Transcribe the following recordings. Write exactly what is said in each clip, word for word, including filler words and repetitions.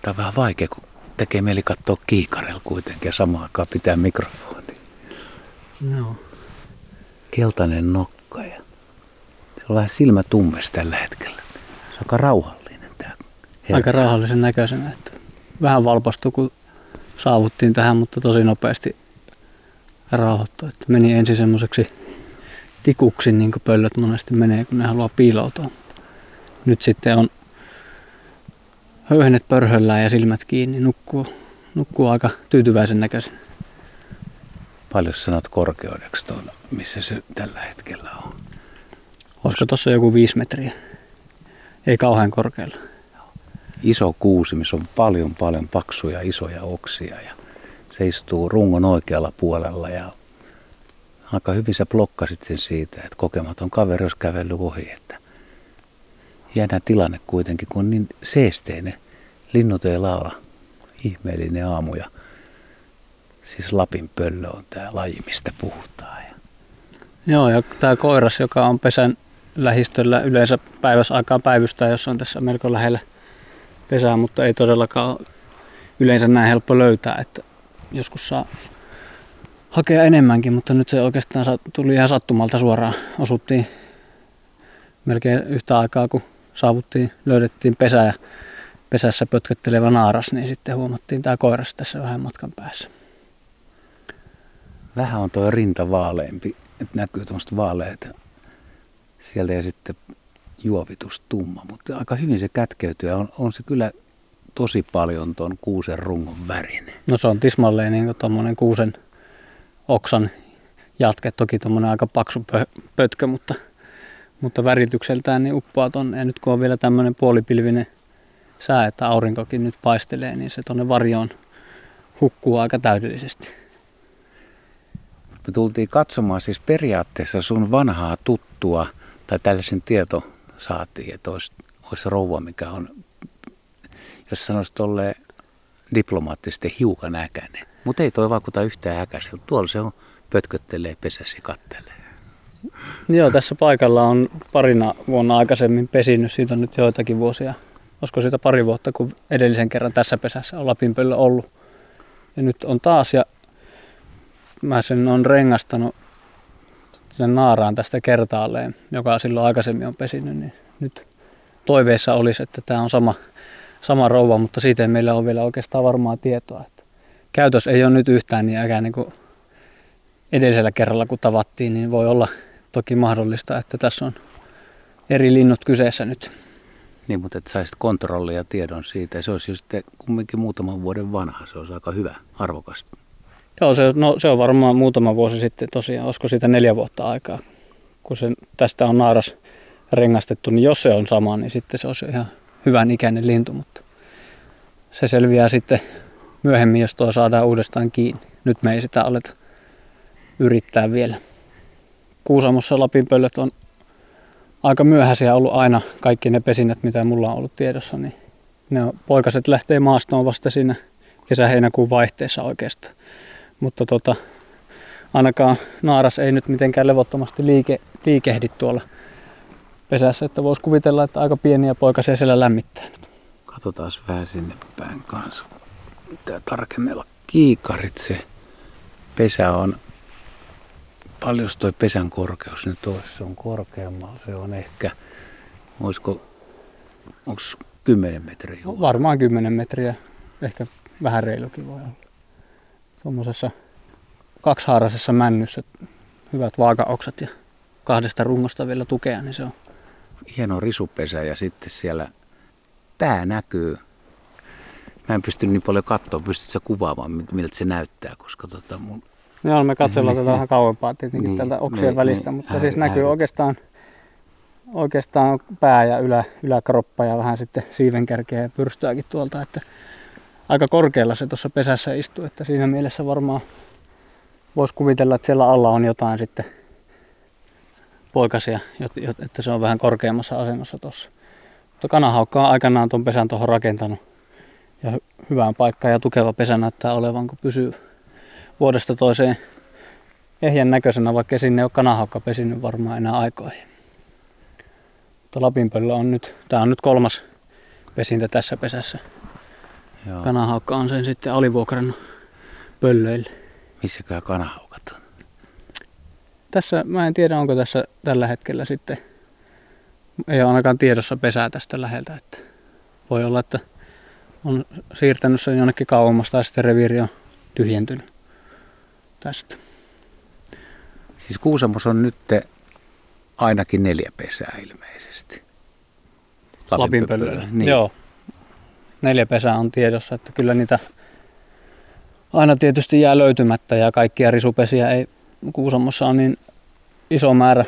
Tämä on vähän vaikea, kun tekee mieli katsoa kiikarella kuitenkin ja samaan aikaan pitää mikrofoni. Joo. Keltainen nokka ja se on vähän silmä tummes tällä hetkellä. Se on aika rauhallinen tämä herra. Aika rauhallisen näköisenä. Että vähän valpastui, kun saavuttiin tähän, mutta tosi nopeasti rauhoittui. Että meni ensin semmoiseksi tikuksi, niin kuin pöllöt monesti menee, kun ne haluaa piiloutua. Nyt sitten on höyhenet pörhöllään ja silmät kiinni, nukkuu, nukkuu aika tyytyväisen näköisen. Paljon sanot korkeudeksi tuolla, missä se tällä hetkellä on? Olisiko tuossa joku viisi metriä? Ei kauhean korkealla. Iso kuusi, missä on paljon paljon paksuja isoja oksia ja se istuu rungon oikealla puolella ja aika hyvin sä blokkasit sen siitä, että kokematon kaveri olisi kävellyt ohi. Että jännä tilanne kuitenkin, kun on niin seesteinen. Linnut ei laula. Ihmeellinen aamu ja siis Lapin pöllö on tää laji, mistä puhutaan. Joo, ja tämä koiras, joka on pesän lähistöllä yleensä päiväsaikaan päivystää, jos on tässä melko lähellä pesää, mutta ei todellakaan yleensä näin helppo löytää, että joskus saa hakea enemmänkin, mutta nyt se oikeastaan tuli ihan sattumalta suoraan. Osuttiin melkein yhtä aikaa, kun saavuttiin, löydettiin pesä ja pesässä pötköttelevä naaras, niin sitten huomattiin tämä koiras tässä vähän matkan päässä. Vähän on tuo rinta vaaleampi, että näkyy tuommoista vaaleita sieltä ja sitten juovitus tumma, mutta aika hyvin se kätkeytyy ja on, on se kyllä tosi paljon tuon kuusen rungon värinen. No se on tismalleen niin kuin tuommoinen kuusen oksan jatke, toki tuommoinen aika paksu pötkö, mutta, mutta väritykseltään niin uppoaa tuonne. Ja nyt kun on vielä tämmöinen puolipilvinen sää, että aurinkokin nyt paistelee, niin se tuonne varjoon hukkuu aika täydellisesti. Me tultiin katsomaan siis periaatteessa sun vanhaa tuttua, tai tällaisen tieto saatiin, että olisi, olisi rouva, mikä on, jos sanoisit tolleen diplomaattisesti hiukan äkäinen. Mutta ei toi vaikuta yhtään äkäiseltä. Tuolla se on, pötköttelee pesäsi kattelee. Joo, tässä paikalla on parina vuonna aikaisemmin pesinyt. Siitä on nyt joitakin vuosia. Olisiko siitä pari vuotta, kun edellisen kerran tässä pesässä on lapinpöllö ollut. Ja nyt on taas, ja mä sen on rengastanut sen naaraan tästä kertaalleen, joka silloin aikaisemmin on pesinyt. Niin nyt toiveissa olisi, että tämä on sama, sama rouva, mutta siitä ei meillä ole vielä oikeastaan varmaa tietoa. Käytös ei ole nyt yhtään niin äkäinen kuin edellisellä kerralla, kun tavattiin, niin voi olla toki mahdollista, että tässä on eri linnut kyseessä nyt. Niin, mutta että saisit kontrollia ja tiedon siitä. Se olisi sitten kumminkin muutaman vuoden vanha. Se olisi aika hyvä, arvokasta. Joo, se, no, se on varmaan muutama vuosi sitten tosiaan. Olisiko siitä neljä vuotta aikaa, kun se, tästä on naaras rengastettu. Niin jos se on sama, niin sitten se olisi ihan hyvän ikäinen lintu. Mutta se selviää sitten myöhemmin, jos tuo saadaan uudestaan kiinni. Nyt me ei sitä aleta yrittää vielä. Kuusamossa lapinpöllöt on aika myöhäisiä ollut aina, kaikki ne pesinnät, mitä mulla on ollut tiedossa. Niin ne on, poikaset lähtee maastoon vasta siinä kesä-heinäkuun vaihteessa oikeastaan. Mutta tota, ainakaan naaras ei nyt mitenkään levottomasti liike, liikehdi tuolla pesässä, että voisi kuvitella, että aika pieniä poikasia siellä lämmittää nyt. Katsotaan vähän sinne päin kanssa. Tää tarkemmella kiikarit, se pesä on, paljon toi pesän korkeus nyt olisi, se on korkeammalla, se on ehkä, olisiko, onko kymmenen metriä? No, varmaan kymmenen metriä, ehkä vähän reilukin voi olla. Tuommoisessa kaksihaaraisessa männyssä hyvät vaakaoksat ja kahdesta rungosta vielä tukea, niin se on. Hieno risupesä ja sitten siellä pää näkyy. Mä en pysty niin paljon katsoa, pystyt sä kuvaamaan, miltä se näyttää, koska tota mun. Joo, me katsellaan tätä vähän kauempaa tietenkin niin, tältä oksien niin, välistä, niin, mutta ääri, siis näkyy oikeastaan, oikeastaan pää ja ylä, yläkroppa ja vähän sitten siivenkärkeä ja pyrstöäkin tuolta, että aika korkealla se tuossa pesässä istuu, että siinä mielessä varmaan voisi kuvitella, että siellä alla on jotain sitten poikasia, että se on vähän korkeammassa asennossa tuossa. Mutta kanahaukka on aikanaan tuon pesän tuohon rakentanut ja hy- hyvään paikkaan ja tukeva pesä näyttää olevan, kun pysyy vuodesta toiseen ehjän näköisenä, vaikka sinne ei ole kanahaukka pesinyt varmaan enää aikoihin. Mutta lapinpöllö on nyt, tää on nyt kolmas pesintä tässä pesässä. Joo. Kanahaukka on sen sitten alivuokrannut pöllöille. Missäköhän kanahaukat on? Tässä, mä en tiedä onko tässä tällä hetkellä sitten, ei ole ainakaan tiedossa pesää tästä läheltä. Että voi olla, että on siirtänyt sen jonnekin kauemmas tai sitten reviiri on tyhjentynyt tästä. Siis Kuusamossa on nyt ainakin neljä pesää ilmeisesti. Lapinpöllöillä. Niin. Joo. Neljä pesää on tiedossa, että kyllä niitä aina tietysti jää löytymättä ja kaikkia risupesiä ei Kuusamossa on niin iso määrä,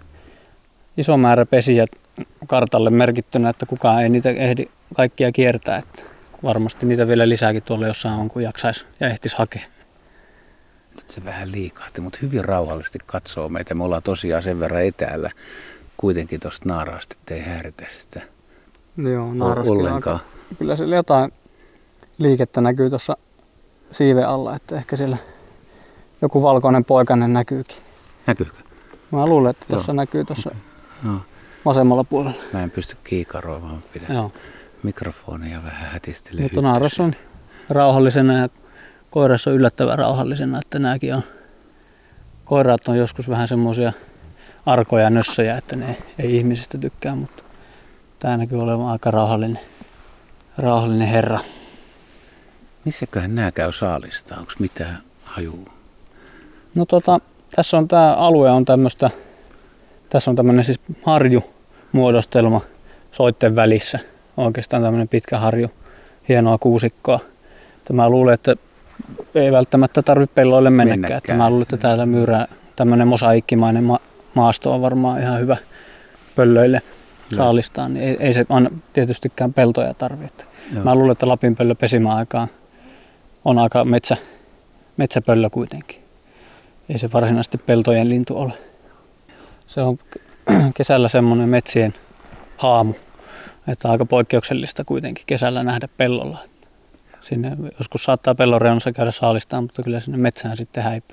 iso määrä pesiä kartalle merkittynä, että kukaan ei niitä ehdi kaikkia kiertää. Että varmasti niitä vielä lisääkin tuolla jossain on, kun jaksaisi ja ehtisi hakea. Nyt se vähän liikahti, mutta hyvin rauhallisesti katsoo meitä. Me ollaan tosiaan sen verran etäällä kuitenkin tuosta naaraasta, ettei häiritä sitä Joo, ollenkaan. Kyllä siellä jotain liikettä näkyy tuossa siiven alla, että ehkä siellä joku valkoinen poikainen näkyykin. Näkyykö? Mä luulen, että tuossa näkyy tuossa No. vasemmalla puolella. Mä en pysty kiikaroimaan, pidän Joo. mikrofonia vähän hätistelen. Mutta naaras on rauhallisena ja koiras on yllättävän rauhallisena, että nämäkin on, koiraat on joskus vähän semmoisia arkoja nössöjä, että ne ei ihmisistä tykkää, mutta tää näkyy olevan aika rauhallinen, rauhallinen herra. Missäköhän nää käy saalista? Onko mitään hajua? No tota, tässä on tää alue on tämmöstä, tässä on tämmönen siis harjumuodostelma soitten välissä. Oikeastaan tämmönen pitkä harju, hienoa kuusikkoa. Mä luulen, että ei välttämättä tarvitse pelloille mennäkään. Mennäkään. Että mä luulen, että täällä myyrää tämmönen mosaikkimainen ma- maasto on varmaan ihan hyvä pöllöille saalistaan. Niin ei, ei se aina tietystikään peltoja tarvitse. Mä luulen, että Lapin pöllö pesimäaikaan on aika metsä, metsäpöllö kuitenkin. Ei se varsinaisesti peltojen lintu ole. Se on kesällä semmoinen metsien haamu, että aika poikkeuksellista kuitenkin kesällä nähdä pellolla. Sinne joskus saattaa pellon reunassa käydä saalistaan, mutta kyllä sinne metsään sitten häipyy.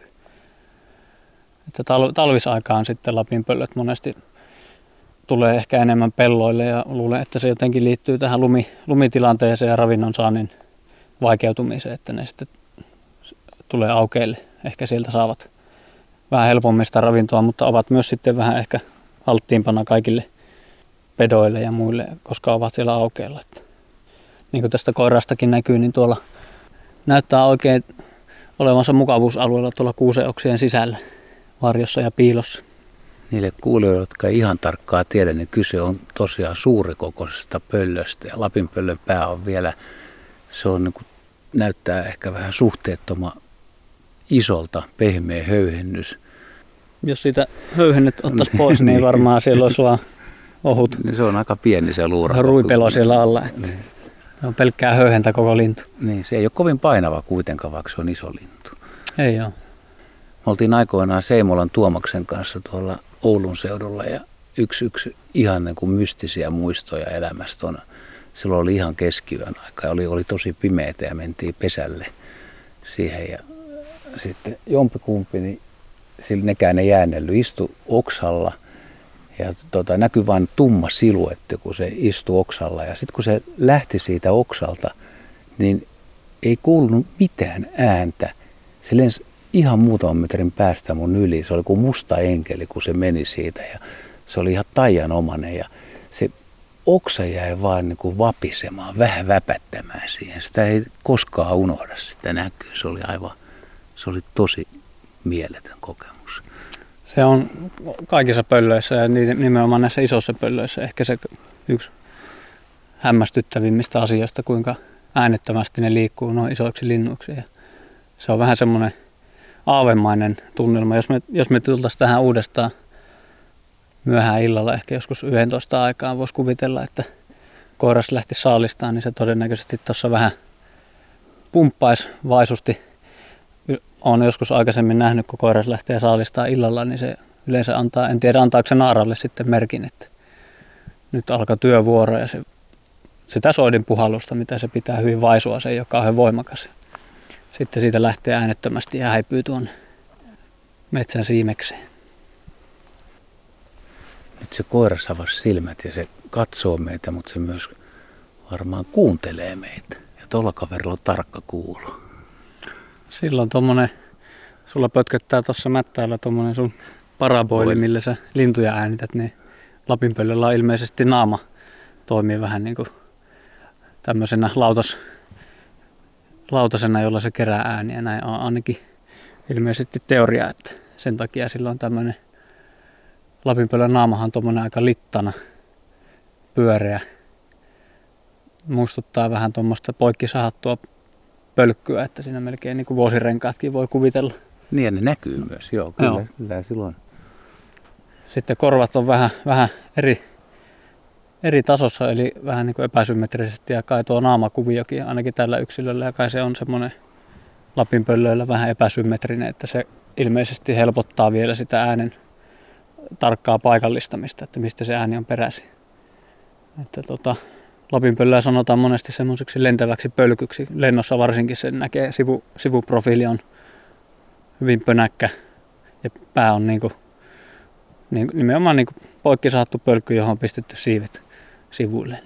Että tal- talvisaikaan sitten lapinpöllöt monesti tulee ehkä enemmän pelloille ja luulen, että se jotenkin liittyy tähän lumi, lumitilanteeseen ja ravinnon saannin vaikeutumiseen, että ne sitten tulee aukeille. Ehkä sieltä saavat vähän helpommin sitä ravintoa, mutta ovat myös sitten vähän ehkä alttiimpana kaikille pedoille ja muille, koska ovat siellä aukeilla. Niin kuin tästä koirastakin näkyy, niin tuolla näyttää oikein olevansa mukavuusalueella tuolla kuuseoksien sisällä, varjossa ja piilossa. Niille kuulijoille, jotka ei ihan tarkkaa tiedä, niin kyse on tosiaan suurikokoisesta pöllöstä. Ja lapinpöllön pää on vielä, se on niin kuin, näyttää ehkä vähän suhteettoman isolta, pehmeä höyhennys. Jos siitä höyhennet ottaisi pois, niin varmaan siellä olisi vaan ohut Se on aika pieni se luura. ruipelo siellä alla. Että Niin. se on pelkkää höyhentä koko lintu. Niin, se ei ole kovin painava kuitenkaan, vaikka se on iso lintu. Ei ole. Me oltiin aikoinaan Seimolan Tuomaksen kanssa tuolla Oulun seudulla ja yksi, yksi ihan niin kuin mystisiä muistoja elämästä on. Silloin oli ihan keskiyön aika ja oli, oli tosi pimeätä ja mentiin pesälle siihen ja sitten jompikumpi, niin sillä nekään ei jäännellyt, istui oksalla ja tota, näkyi vain tumma siluetti, kun se istui oksalla ja sitten kun se lähti siitä oksalta, niin ei kuulunut mitään ääntä. Se lensi ihan muutaman metrin päästä mun yli. Se oli kuin musta enkeli, kun se meni siitä ja se oli ihan taianomainen ja se oksa jäi vaan niin kuin vapisemaan, vähän väpättämään siihen. Sitä ei koskaan unohda sitä näkyy. Se oli aivan, se oli tosi mieletön kokemus. Se on kaikissa pöllöissä ja nimenomaan näissä isoissa pöllöissä ehkä se yksi hämmästyttävimmistä asioista, kuinka äänettömästi ne liikkuu noin isoiksi linnuiksi. Ja se on vähän semmoinen aavemainen tunnelma. Jos me, jos me tultaisiin tähän uudestaan myöhään illalla, ehkä joskus yksitoista aikaan, voisi kuvitella, että koiras lähti saalistaan, niin se todennäköisesti tuossa vähän pumppaisi vaisusti. Olen joskus aikaisemmin nähnyt, kun koiras lähtee saalistaan illalla, niin se yleensä antaa, en tiedä antaako se naaralle sitten merkin, että nyt alkaa työvuoro ja se, sitä soidin puhallusta, mitä se pitää hyvin vaisua, se ei ole kauhean voimakas. Sitten siitä lähtee äänettömästi ja häipyy tuonne metsän siimekseen. Nyt se koiras avasi silmät ja se katsoo meitä, mutta se myös varmaan kuuntelee meitä. Ja tuolla kaverilla on tarkka kuulo. Silloin tuommoinen, sulla pötköttää tuossa mättäällä tuommoinen sun paraboili, millä sä lintuja äänität, niin lapinpöllöllä on ilmeisesti naama toimii vähän niin kuin tämmöisenä lautas, lautasena, jolla se kerää ääniä. Näin on ainakin ilmeisesti teoria, että sen takia sillä on tämmöinen lapinpöllön naamahan on tuommoinen aika littana, pyöreä. Muistuttaa vähän tuommoista poikkisahattua pölkkyä, että siinä melkein niin kuin vuosirenkaatkin voi kuvitella. Niin ja ne näkyy myös, joo, kyllä, joo. Kyllä silloin. Sitten korvat on vähän, vähän eri, eri tasossa, eli vähän niin kuin epäsymmetrisesti, ja kai tuo naamakuviokin ainakin tällä yksilöllä, ja kai se on semmoinen lapinpöllöillä vähän epäsymmetrinen, että se ilmeisesti helpottaa vielä sitä äänen tarkkaa paikallistamista, että mistä se ääni on peräisin. Että tota, lapinpöllöä sanotaan monesti semmoiseksi lentäväksi pölkyksi. Lennossa varsinkin sen näkee, sivu, sivuprofiili on hyvin pönäkkä ja pää on niinku, niin, nimenomaan niinku poikkisahattu pölkky, johon on pistetty siivet sivuille.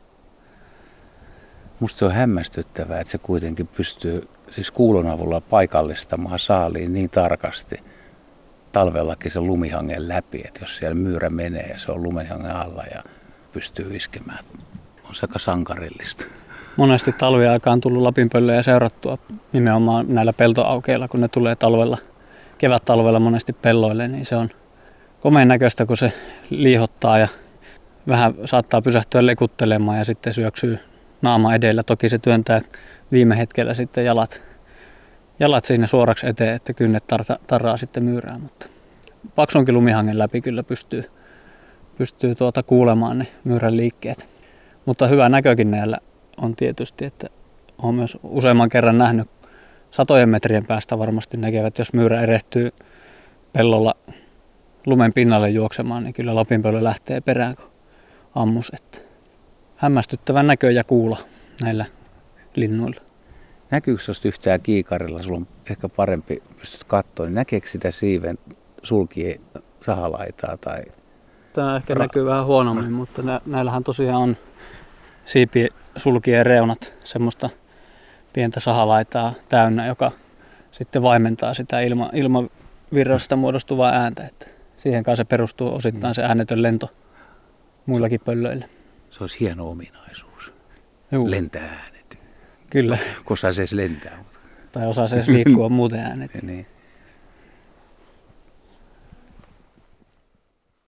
Musta se on hämmästyttävää, että se kuitenkin pystyy siis kuulon avulla paikallistamaan saaliin niin tarkasti talvellakin sen lumihangen läpi, että jos siellä myyrä menee ja se on lumihangen alla ja pystyy iskemään. On se aika sankarillista. Monesti talviaikaan on tullut lapinpöllöjä seurattua nimenomaan näillä peltoaukeilla, kun ne tulee talvella, kevät-talvella monesti pelloille, niin se on komeen näköistä, kun se liihottaa ja vähän saattaa pysähtyä lekuttelemaan ja sitten syöksyy naama edellä. Toki se työntää viime hetkellä sitten jalat, jalat siinä suoraksi eteen, että kynnet tarta, tarraa sitten myyrää, mutta paksunkin lumihangen läpi kyllä pystyy, pystyy tuota kuulemaan ne myyrän liikkeet. Mutta hyvä näkökin näillä on tietysti, että olen myös useamman kerran nähnyt satojen metrien päästä varmasti näkevät, jos myyrä erehtyy pellolla lumen pinnalle juoksemaan, niin kyllä lapinpöllö lähtee perään, kun ammus. Että hämmästyttävän näkö ja kuulo näillä linnuilla. Näkyykö sinusta yhtään kiikarilla, sulla on ehkä parempi, pystyt katsoa, niin näkeekö sitä siiven sulkien sahalaitaa? Tai tämä ehkä ra- näkyy vähän huonommin, mutta nä- näillähän tosiaan on siipisulkien reunat semmoista pientä sahalaitaa täynnä, joka sitten vaimentaa sitä ilma, ilmavirrasta muodostuvaa ääntä. Että siihen kanssa se perustuu osittain se äänetön lento muillakin pöllöillä. Se olisi hieno ominaisuus. Juu. Lentää äänet. Kyllä. Kun osaa se edes lentää. Tai osaa se edes liikkua muuten äänet. Niin.